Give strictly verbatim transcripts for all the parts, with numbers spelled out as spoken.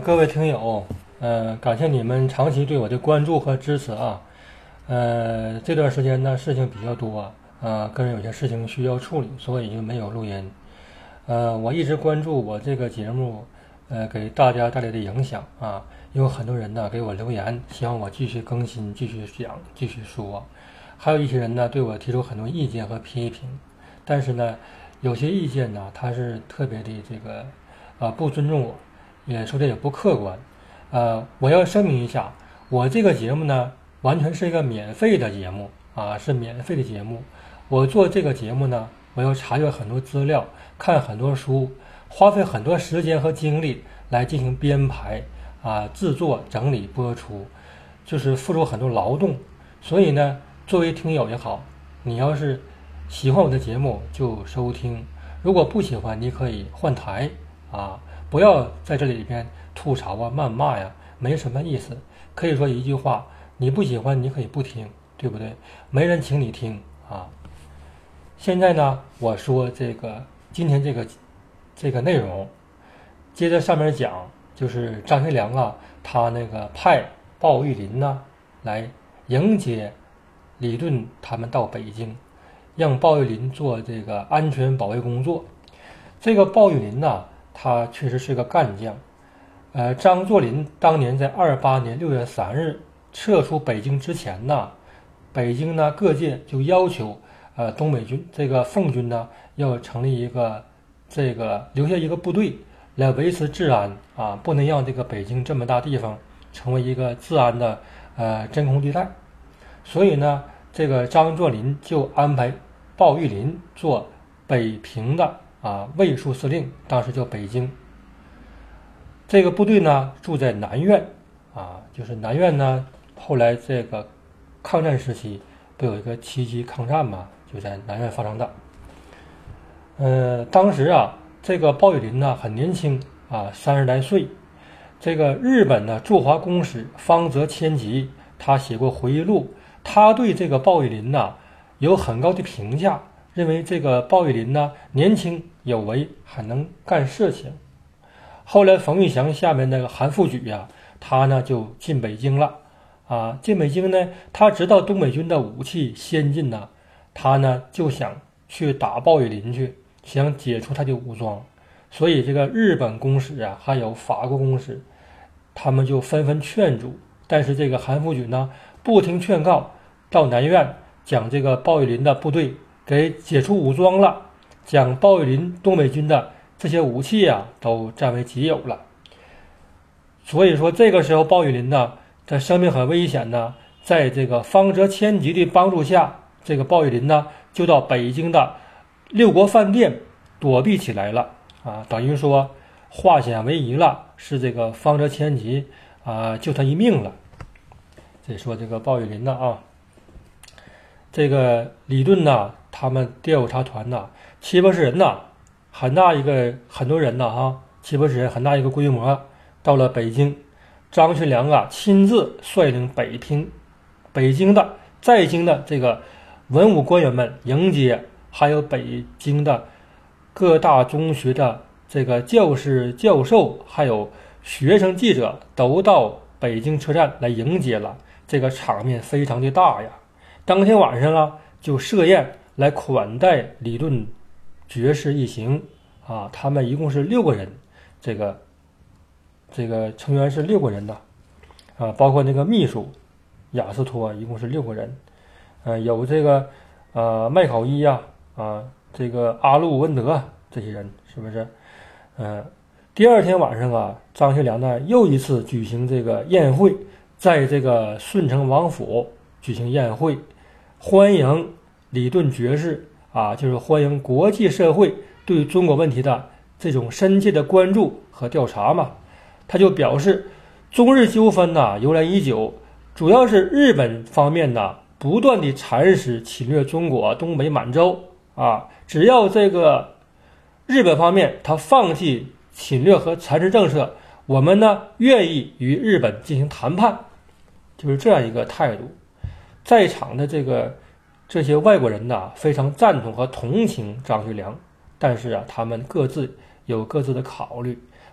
各位听友，呃，感谢你们长期对我的关注和支持啊。呃，这段时间呢事情比较多，呃，个人有些事情需要处理，所以就没有录音。呃，我一直关注我这个节目，呃，给大家带来的影响啊，有很多人呢给我留言，希望我继续更新、继续讲、继续说，还有一些人呢对我提出很多意见和批评，但是呢，有些意见呢他是特别的这个，呃，不尊重我。也说的也不客观，呃，我要声明一下，我这个节目呢，完全是一个免费的节目啊，是免费的节目。我做这个节目呢，我要查阅很多资料，看很多书，花费很多时间和精力来进行编排啊、制作、整理、播出，就是付出很多劳动。所以呢，作为听友也好，你要是喜欢我的节目就收听，如果不喜欢，你可以换台啊。不要在这里边吐槽啊、谩骂呀，没什么意思。可以说一句话，你不喜欢，你可以不听，对不对？没人请你听啊。现在呢，我说这个今天这个这个内容，接着上面讲，就是张学良啊，他那个派鲍玉林呢来迎接李顿他们到北京，让鲍玉林做这个安全保卫工作。这个鲍玉林呢，他确实是个干将，呃，张作霖当年在二八年六月三日撤出北京之前呢，北京呢各界就要求，呃，东北军这个奉军呢要成立一个这个留下一个部队来维持治安啊，不能让这个北京这么大地方成为一个治安的呃真空地带，所以呢，这个张作霖就安排鲍玉林做北平的。啊，卫戍司令当时叫北京。这个部队呢住在南苑，啊，就是南苑呢，后来这个抗战时期不有一个七七抗战嘛，就在南苑发生的。呃，当时啊，这个鲍玉林呢很年轻啊，三十来岁。这个日本的驻华公使方泽千吉，他写过回忆录，他对这个鲍玉林呢有很高的评价。认为这个鲍玉林呢年轻有为，还能干事情。后来冯玉祥下面那个韩复榘呀，他呢就进北京了啊。进北京呢，他知道东北军的武器先进呢，他呢就想去打鲍玉林去，想解除他的武装。所以这个日本公使啊，还有法国公使，他们就纷纷劝阻。但是这个韩复榘呢不听劝告，到南苑将这个鲍玉林的部队给解除武装了，将鲍玉林东北军的这些武器啊都占为己有了。所以说这个时候鲍玉林呢的生命很危险呢，在这个方泽千吉的帮助下，这个鲍玉林呢就到北京的六国饭店躲避起来了啊，等于说化险为夷了，是这个方泽千吉啊救他一命了。这说这个鲍玉林呢啊，这个李顿呢，他们调查团呐，七八十人呐，很大一个很多人呐哈，七八十人很大一个规模，到了北京，张学良啊亲自率领北平、北京的在京的这个文武官员们迎接，还有北京的各大中学的这个教师、教授，还有学生、记者，都到北京车站来迎接了，这个场面非常的大呀。当天晚上啊，就设宴来款待李顿爵士一行啊，他们一共是六个人，这个这个成员是六个人的啊，包括那个秘书雅斯托，一共是六个人，呃，有这个呃麦考伊呀啊，这个阿路文德这些人，是不是？呃，第二天晚上啊，张学良呢又一次举行这个宴会，在这个顺城王府举行宴会。欢迎李顿爵士啊，就是欢迎国际社会对中国问题的这种深切的关注和调查嘛。他就表示，中日纠纷呐由来已久，主要是日本方面呐不断的蚕食侵略中国东北满洲啊，只要这个日本方面他放弃侵略和蚕食政策，我们呢愿意与日本进行谈判，就是这样一个态度。在场的这个这些外国人呐，非常赞同和同情张学良，但是啊，他们各自有各自的考虑。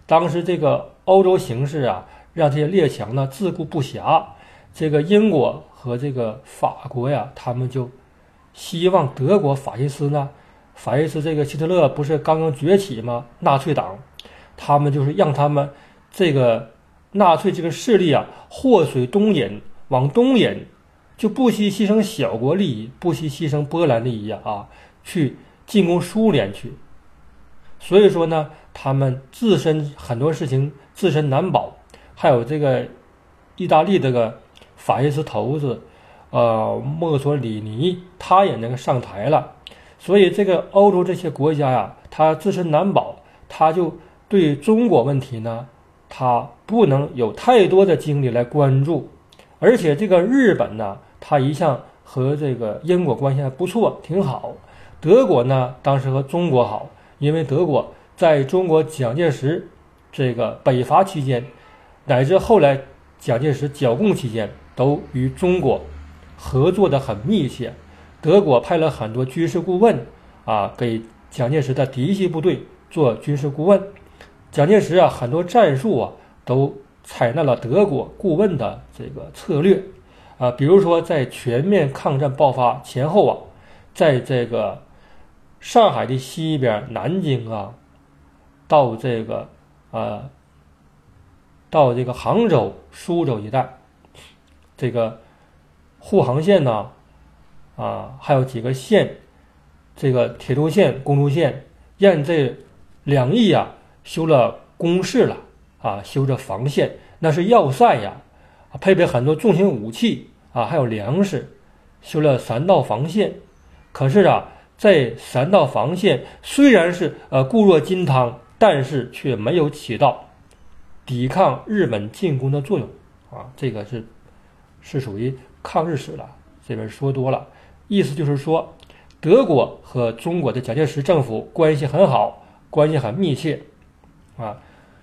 当时这个欧洲形势啊，让这些列强呢自顾不暇。这个英国和这个法国呀，他们就希望德国法西斯呢，法西斯这个希特勒不是刚刚崛起吗？纳粹党，他们就是让他们这个纳粹这个势力啊，祸水东引，往东引，就不惜牺牲小国利益，不惜牺牲波兰利益啊，啊去进攻苏联去。所以说呢，他们自身很多事情自身难保，还有这个意大利这个法西斯头子，呃，墨索里尼，他也那个上台了。所以这个欧洲这些国家呀，他自身难保，他就对中国问题呢，他不能有太多的精力来关注。而且这个日本呢，他一向和这个英国关系还不错，挺好。德国呢，当时和中国好，因为德国在中国蒋介石这个北伐期间，乃至后来蒋介石剿共期间，都与中国合作的很密切。德国派了很多军事顾问啊，给蒋介石的嫡系部队做军事顾问。蒋介石啊，很多战术啊，都采纳了德国顾问的这个策略啊，比如说在全面抗战爆发前后啊，在这个上海的西边，南京啊，到这个呃，到这个杭州、苏州一带，这个沪杭线呢，啊，还有几个线，这个铁路线、公路线，让这两翼啊修了工事了啊，修着防线，那是要塞呀，配备很多重型武器啊，还有粮食，修了三道防线。可是啊，在三道防线虽然是呃固若金汤，但是却没有起到抵抗日本进攻的作用啊，这个是是属于抗日史了，这边说多了。意思就是说，德国和中国的蒋介石政府关系很好，关系很密切啊。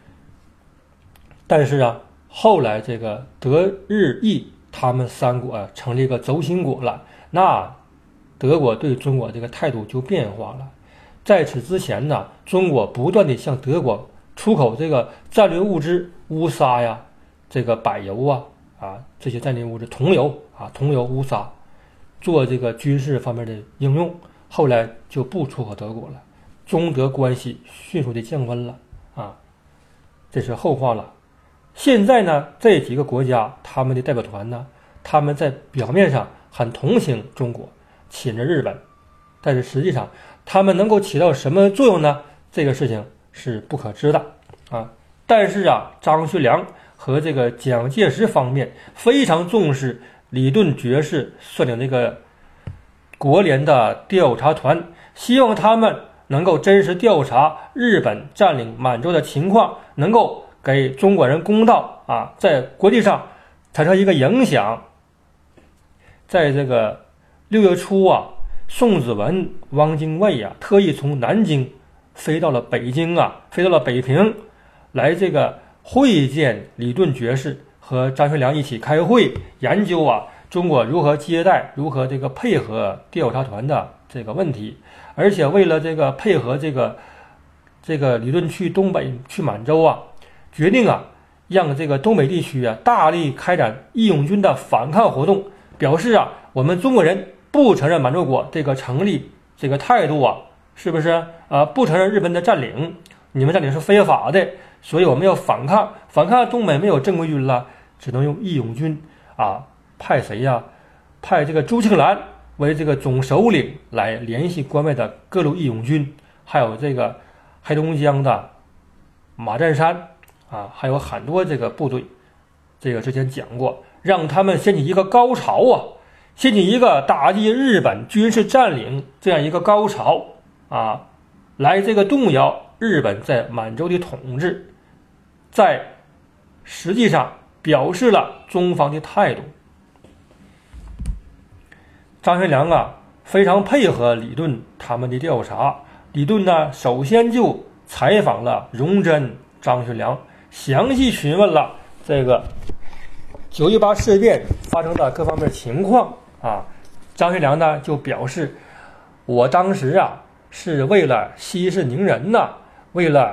但是啊，后来这个德日意他们三国啊成立一个轴心国了，那德国对中国这个态度就变化了。在此之前呢，中国不断地向德国出口这个战略物资，乌纱呀，这个柏油啊啊这些战略物资，桐油啊，桐油、乌纱，做这个军事方面的应用。后来就不出口德国了，中德关系迅速的降温了啊，这是后话了。现在呢，这几个国家他们的代表团呢，他们在表面上很同情中国，亲着日本，但是实际上他们能够起到什么作用呢？这个事情是不可知的啊。但是啊，张学良和这个蒋介石方面非常重视李顿爵士率领这个国联的调查团，希望他们能够真实调查日本占领满洲的情况，能够给中国人公道啊，在国际上产生一个影响。在这个六月初啊，宋子文、汪精卫啊，特意从南京飞到了北京啊，飞到了北平，来这个会见李顿爵士和张学良一起开会，研究啊中国如何接待、如何这个配合调查团的这个问题。而且为了这个配合这个这个李顿去东北、去满洲啊，决定啊让这个东北地区啊大力开展义勇军的反抗活动，表示啊我们中国人不承认满洲国这个成立这个态度啊，是不是啊？不承认日本的占领，你们占领是非法的，所以我们要反抗。反抗东北没有正规军了，只能用义勇军啊，派谁呀、啊？派这个朱庆澜为这个总首领来联系关外的各路义勇军，还有这个黑龙江的马占山啊，还有很多这个部队，这个之前讲过，让他们掀起一个高潮啊，掀起一个打击日本军事占领这样一个高潮啊，来这个动摇日本在满洲的统治，在实际上表示了中方的态度。张学良啊，非常配合李顿他们的调查。李顿呢，首先就采访了荣臻、张学良，详细询问了这个九一八事变发生的各方面情况啊。张学良呢就表示，我当时啊是为了息事宁人呐、啊，为了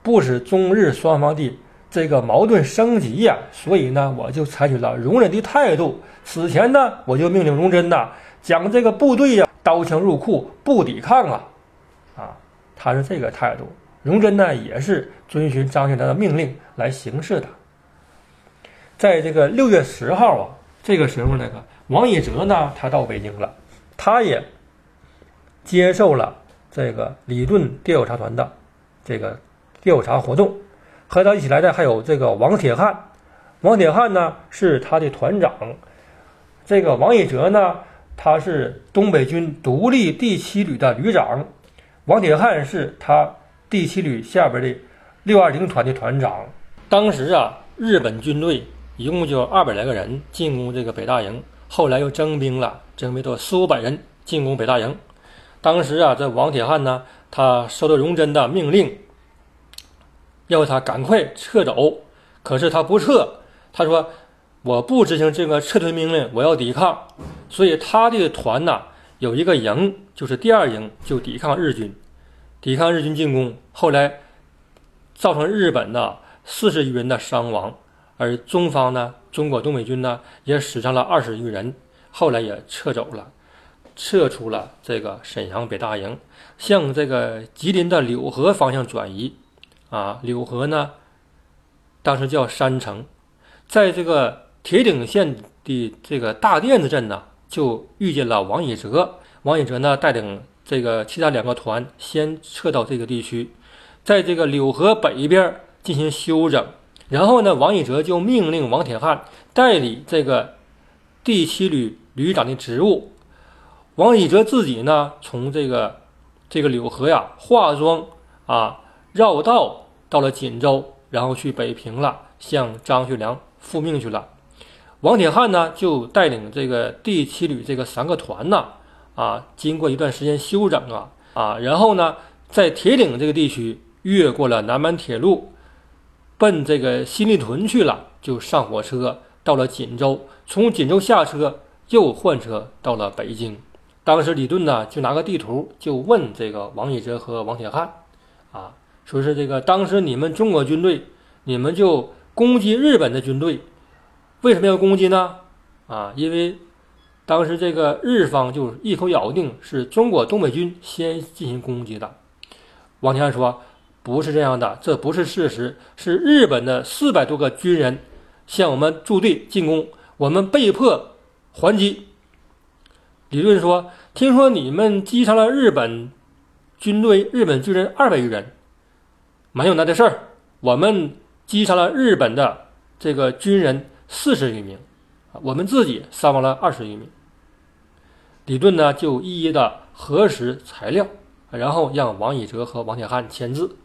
不使中日双方的这个矛盾升级呀，所以呢，我就采取了容忍的态度。此前呢，我就命令荣臻呐，将这个部队呀刀枪入库，不抵抗啊，啊，他是这个态度。荣臻呢，也是遵循张学良的命令来行事的。在这个六月十号啊，这个时候那个王以哲呢，他到北京了，他也接受了这个李顿调查团的这个调查活动。和他一起来的还有这个王铁汉，王铁汉呢是他的团长，这个王以哲呢，他是东北军独立第七旅的旅长，王铁汉是他第七旅下边的六二零团的团长。当时啊，日本军队一共就二百来个人进攻这个北大营，后来又征兵了，征兵到四五百人进攻北大营。当时啊，这王铁汉呢，他收到荣臻的命令，要他赶快撤走，可是他不撤，他说我不执行这个撤退命令，我要抵抗。所以他的团呢，有一个营，就是第二营，就抵抗日军，抵抗日军进攻，后来造成日本的四十余人的伤亡，而中方呢，中国东北军呢，也死伤了二十余人，后来也撤走了，撤出了这个沈阳北大营，向这个吉林的柳河方向转移。啊，柳河呢，当时叫山城，在这个铁岭县的这个大甸子镇呢，就遇见了王以哲。王以哲呢，带领这个其他两个团先撤到这个地区，在这个柳河北边进行休整。然后呢，王以哲就命令王铁汉代理这个第七旅旅长的职务。王以哲自己呢，从这个这个柳河呀化妆啊。绕道到了锦州，然后去北平了，向张学良复命去了。王铁汉呢，就带领这个第七旅这个三个团呢，啊，经过一段时间休整啊，啊，然后呢，在铁岭这个地区越过了南满铁路，奔这个新立屯去了，就上火车到了锦州，从锦州下车又换车到了北京。当时李顿呢，就拿个地图就问这个王以哲和王铁汉，啊。说是这个，当时你们中国军队，你们就攻击日本的军队，为什么要攻击呢？啊，因为当时这个日方就一口咬定是中国东北军先进行攻击的。王铁汉说，不是这样的，这不是事实，是日本的四百多个军人向我们驻地进攻，我们被迫还击。李顿说，听说你们击杀了日本军队日本军人二百余人。没有那的事儿，我们击杀了日本的这个军人四十余名，我们自己伤亡了二十余名。李顿呢就一一的核实材料，然后让王以哲和王铁汉签字。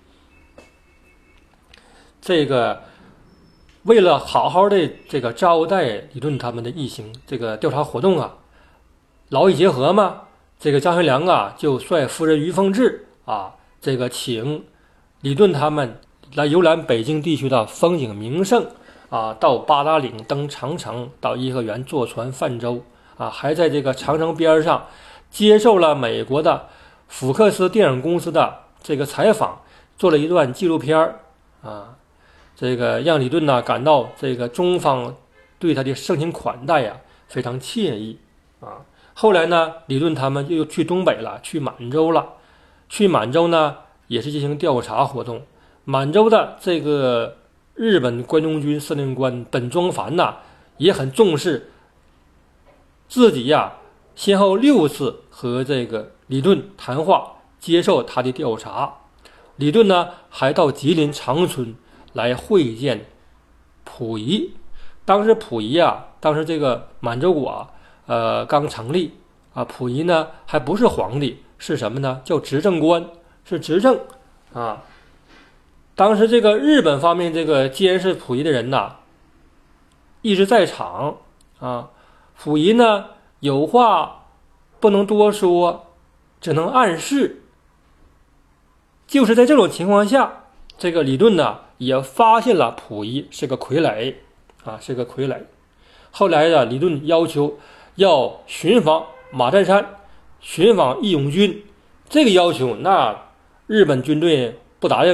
这个为了好好的这个招待李顿他们的一行这个调查活动啊，劳逸结合嘛，这个张学良啊就率夫人于凤至啊，这个请李顿他们来游览北京地区的风景名胜啊，到八达岭登长城，到颐和园坐船泛舟啊，还在这个长城边上接受了美国的福克斯电影公司的这个采访，做了一段纪录片啊，这个让李顿呢感到这个中方对他的盛情款待呀，非常惬意啊。后来呢，李顿他们又去东北了，去满洲了，去满洲呢。也是进行调查活动。满洲的这个日本关东军司令官本庄繁呐，也很重视，自己呀先后六次和这个李顿谈话，接受他的调查。李顿呢还到吉林长春来会见溥仪。当时溥仪啊，当时这个满洲国啊，呃刚成立啊，溥仪呢还不是皇帝，是什么呢？叫执政官。是执政啊，当时这个日本方面这个监视溥仪的人呐，一直在场啊。溥仪呢有话不能多说，只能暗示。就是在这种情况下，这个李顿呢也发现了溥仪是个傀儡啊，是个傀儡。后来呢，李顿要求要寻访马占山，寻访义勇军，这个要求那日本军队不答应啊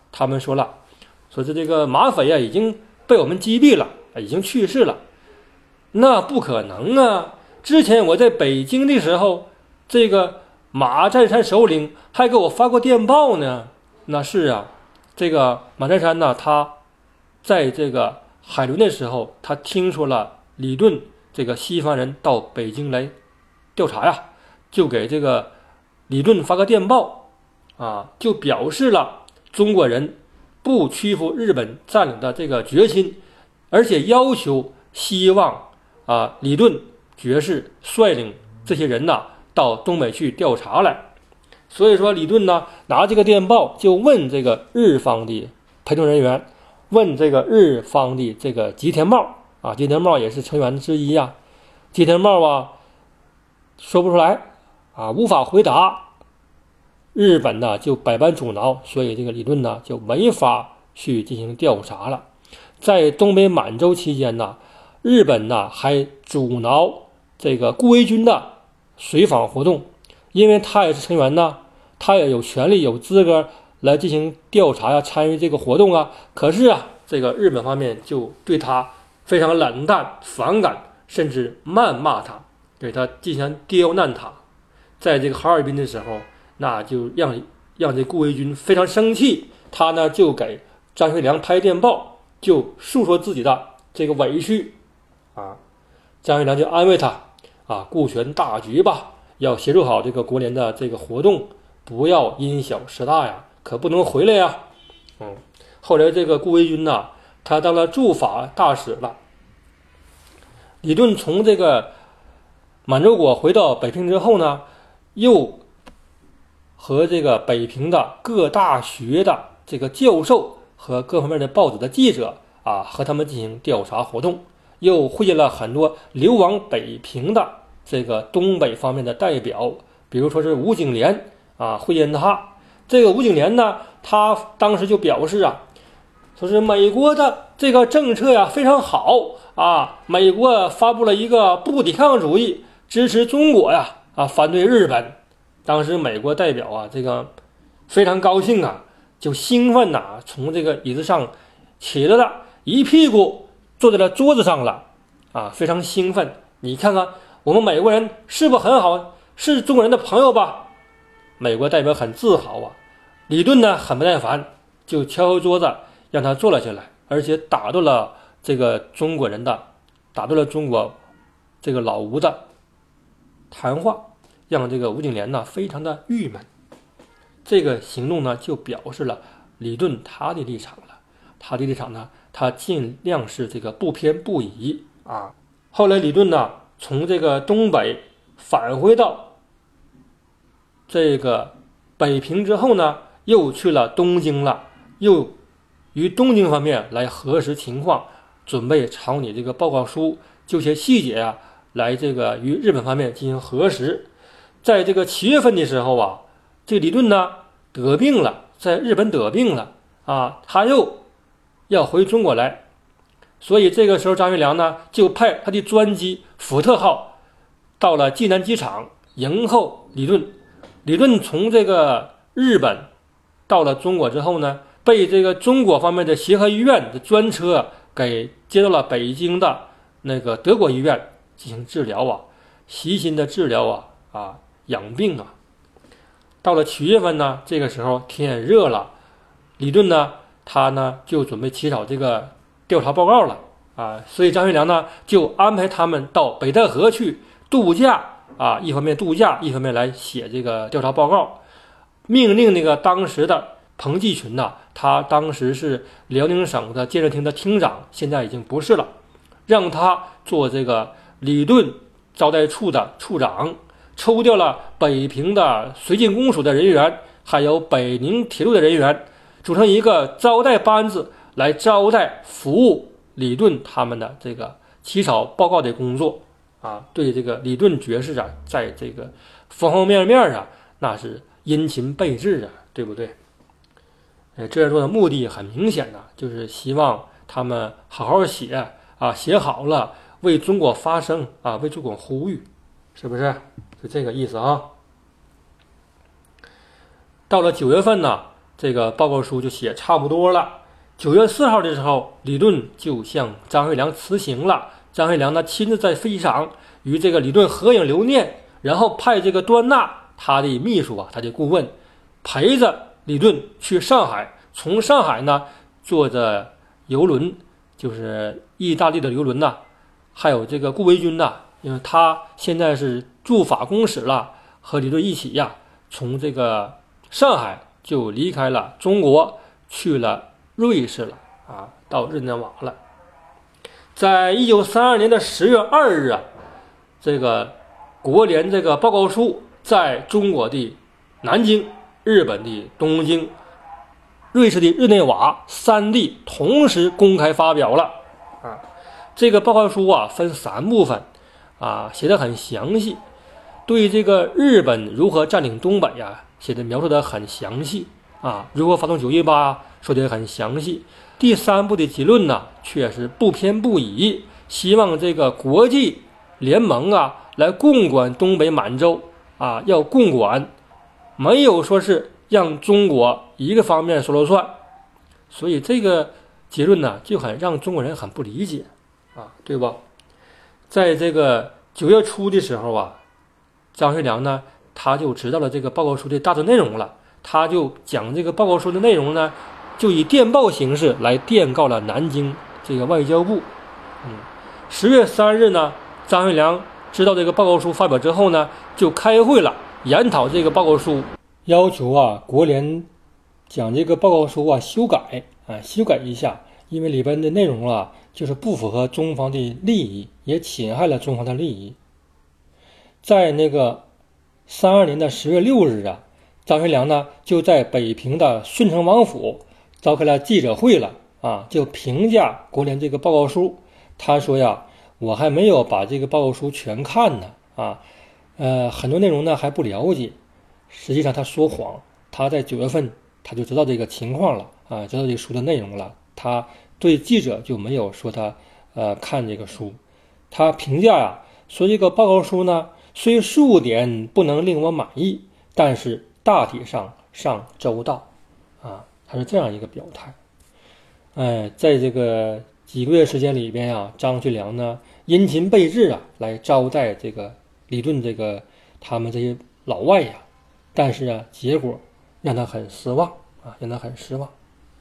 他们说了，说是这个马匪啊已经被我们击毙了，已经去世了。那不可能啊！之前我在北京的时候，这个马占山首领还给我发过电报呢。那是啊，这个马占山呢，他在这个海伦的时候，他听说了李顿这个西方人到北京来调查呀，就给这个李顿发个电报啊，就表示了中国人不屈服日本占领的这个决心，而且要求希望啊李顿爵士率领这些人呐到东北去调查来。所以说李顿呢拿这个电报就问这个日方的陪同人员，问这个日方的这个吉田茂啊，吉田茂也是成员之一呀、啊。吉田茂啊说不出来啊，无法回答。日本呢就百般阻挠，所以这个李顿呢就没法去进行调查了。在东北满洲期间呢，日本呢还阻挠这个顾维钧的随访活动，因为他也是成员呢，他也有权利有资格来进行调查呀，参与这个活动啊。可是啊，这个日本方面就对他非常冷淡、反感，甚至谩骂他，对他进行刁难他。在这个哈尔滨的时候，那就让让这顾维钧非常生气，他呢就给张学良拍电报，就诉说自己的这个委屈啊。张学良就安慰他啊，顾全大局吧，要协助好这个国联的这个活动，不要因小失大呀，可不能回来呀。嗯，后来这个顾维钧呢，他当了驻法大使了。李顿从这个满洲国回到北平之后呢，又和这个北平的各大学的这个教授和各方面的报纸的记者啊，和他们进行调查活动，又会见了很多流亡北平的这个东北方面的代表，比如说是吴景莲啊，会见他。这个吴景莲呢，他当时就表示啊，说是美国的这个政策呀非常好啊，美国发布了一个不抵抗主义，支持中国呀啊，反对日本。当时美国代表啊，这个非常高兴啊，就兴奋呐、啊，从这个椅子上起来了，一屁股坐在了桌子上了啊，非常兴奋。你看看我们美国人是不是很好，是中国人的朋友吧？美国代表很自豪啊。李顿呢很不耐烦，就敲敲桌子让他坐了下来，而且打断了这个中国人的，打断了中国这个老吴的谈话。让这个吴景莲呢非常的郁闷。这个行动呢就表示了李顿他的立场了，他的立场呢，他尽量是这个不偏不倚啊。后来李顿呢从这个东北返回到这个北平之后呢，又去了东京了，又与东京方面来核实情况，准备草拟这个报告书，就些细节啊来这个与日本方面进行核实。在这个七月份的时候啊，这李顿呢得病了，在日本得病了啊，他又要回中国来，所以这个时候张学良呢就派他的专机福特号到了济南机场迎候李顿。李顿从这个日本到了中国之后呢，被这个中国方面的协和医院的专车给接到了北京的那个德国医院进行治疗啊，细心的治疗啊啊。养病啊。到了七月份呢，这个时候天也热了，李顿呢他呢就准备起草这个调查报告了啊，所以张学良呢就安排他们到北戴河去度假啊，一方面度假，一方面来写这个调查报告，命令那个当时的彭继群呢，他当时是辽宁省的建设厅的厅长，现在已经不是了，让他做这个李顿招待处的处长，抽调了北平的绥靖公署的人员，还有北宁铁路的人员，组成一个招待班子来招待服务李顿他们的这个起草报告的工作啊，对这个李顿爵士啊，在这个方方面面啊，那是殷勤备至啊，对不对？呃，这样做的目的很明显的，就是希望他们好好写啊，写好了为中国发声啊，为中国呼吁，是不是？是这个意思啊。到了九月份呢， 这个报告书就写差不多了。九月四号的时候，李顿就向张学良辞行了。张学良呢亲自在飞机场与这个李顿合影留念，然后派这个端纳他的秘书啊，他的顾问陪着李顿去上海，从上海呢坐着游轮，就是意大利的游轮呐，还有这个顾维钧呐，因为他现在是驻法公使了，和李顿一起呀，从这个上海就离开了中国，去了瑞士了啊，到日内瓦了。在一九三二年的十月二日啊，这个国联这个报告书在中国的南京、日本的东京、瑞士的日内瓦三地同时公开发表了啊。这个报告书啊分三部分啊，写得很详细，对这个日本如何占领东北啊，写的描述的很详细啊，如何发动九一八说的很详细。第三步的结论呢，却是不偏不倚，希望这个国际联盟啊来共管东北满洲啊，要共管，没有说是让中国一个方面说了算。所以这个结论呢，就很让中国人很不理解啊，对吧？在这个九月初的时候啊，张学良呢，他就知道了这个报告书的大致内容了，他就将这个报告书的内容呢，就以电报形式来电告了南京这个外交部。嗯，十月三日呢，张学良知道这个报告书发表之后呢，就开会了，研讨这个报告书，要求啊国联将这个报告书啊修改啊修改一下，因为里边的内容啊就是不符合中方的利益，也侵害了中方的利益。在那个三二年的十月六日啊，张学良呢就在北平的顺城王府召开了记者会了啊，就评价国联这个报告书。他说呀，我还没有把这个报告书全看呢啊，呃，很多内容呢还不了解。实际上他说谎，他在九月份他就知道这个情况了啊，知道这个书的内容了。他对记者就没有说他呃看这个书。他评价呀，说这个报告书呢，虽数点不能令我满意，但是大体上尚周到啊，他是这样一个表态。哎，在这个几个月时间里边啊，张学良呢殷勤备至啊，来招待这个李顿这个他们这些老外呀，但是啊，结果让他很失望啊，让他很失望。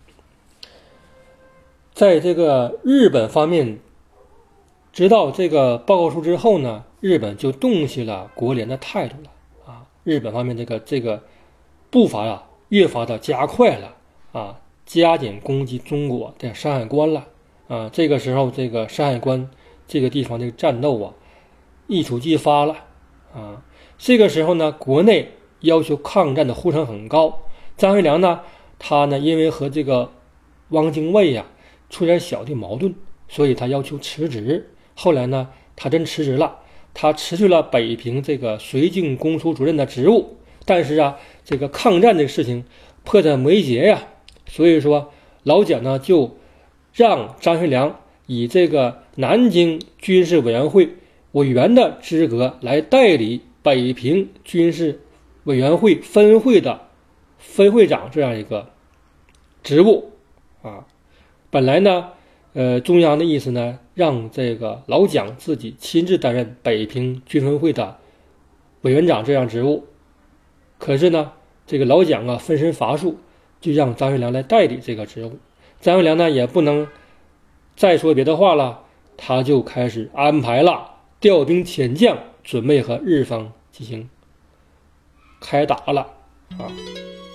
在这个日本方面知道这个报告书之后呢，日本就洞悉了国联的态度了啊，日本方面这个这个步伐啊越发的加快了啊，加紧攻击中国的山海关了啊。这个时候这个山海关这个地方的战斗啊一触即发了啊。这个时候呢，国内要求抗战的呼声很高。张学良呢，他呢因为和这个汪精卫呀、啊、出点小的矛盾，所以他要求辞职。后来呢，他真辞职了，他辞去了北平这个绥靖公署主任的职务。但是啊，这个抗战这个事情迫在眉睫呀，所以说老蒋呢就让张学良以这个南京军事委员会委员的资格来代理北平军事委员会分会的分会长这样一个职务啊。本来呢，呃，中央的意思呢，让这个老蒋自己亲自担任北平军分会的委员长这样职务。可是呢，这个老蒋啊分身乏术，就让张学良来代理这个职务。张学良呢也不能再说别的话了，他就开始安排了调兵遣将，准备和日方进行开打了啊。